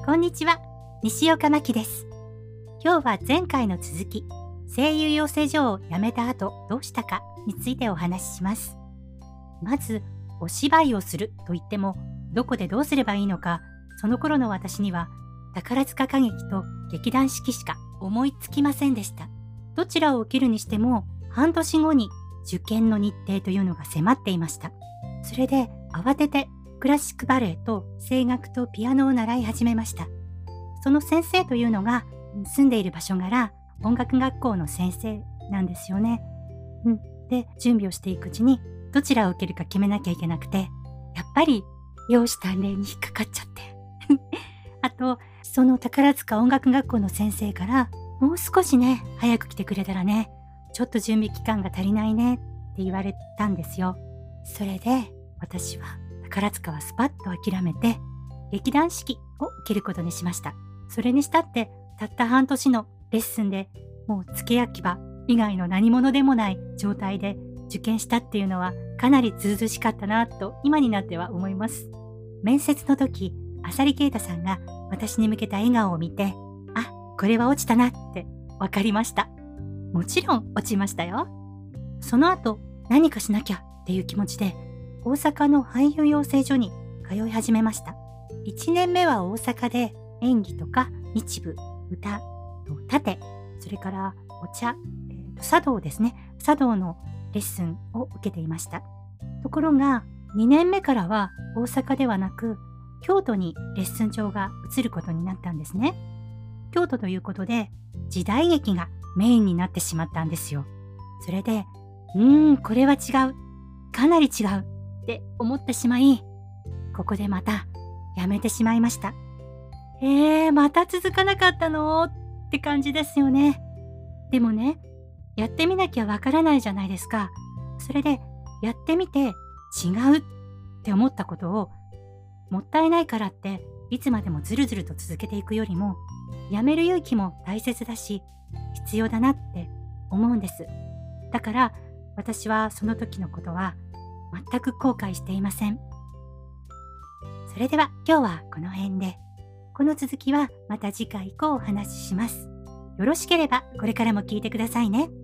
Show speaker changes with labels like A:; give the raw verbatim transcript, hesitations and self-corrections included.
A: こんにちは、西岡真希です。今日は前回の続き、声優養成所を辞めた後どうしたかについてお話しします。まず、お芝居をすると言っても、どこでどうすればいいのか、その頃の私には、宝塚歌劇と劇団四季しか思いつきませんでした。どちらを受けるにしても、半年後に受験の日程というのが迫っていました。それで慌ててクラシックバレエと声楽とピアノを習い始めました。その先生というのが住んでいる場所柄音楽学校の先生なんですよね。うん、で準備をしていくうちにどちらを受けるか決めなきゃいけなくて、やっぱり容姿端麗に引っかかっちゃってあとその宝塚音楽学校の先生からもう少しね早く来てくれたらね、ちょっと準備期間が足りないねって言われたんですよ。それで私は宝塚はスパッと諦めて劇団四季を受けることにしました。それにしたってたった半年のレッスンでもう付け焼き場以外の何者でもない状態で受験したっていうのはかなりずうずうしかったなと今になっては思います。面接の時、浅利啓太さんが私に向けた笑顔を見て、あ、これは落ちたなって分かりました。もちろん落ちましたよ。その後何かしなきゃっていう気持ちで大阪の俳優養成所に通い始めました。いちねんめは大阪で演技とか日舞、歌、盾、それからお茶、えー、と茶道ですね。茶道のレッスンを受けていました。ところがにねんめからは大阪ではなく京都にレッスン場が移ることになったんですね。京都ということで時代劇がメインになってしまったんですよ。それで、うーん、これは違う。かなり違うって思ってしまい、ここでまたやめてしまいました。えー、また続かなかったのって感じですよね。でもね、やってみなきゃわからないじゃないですか。それで、やってみて違うって思ったことを、もったいないからっていつまでもずるずると続けていくよりも、やめる勇気も大切だし、必要だなって思うんです。だから、私はその時のことは全く後悔していません。それでは今日はこの辺で。この続きはまた次回以降お話しします。よろしければこれからも聞いてくださいね。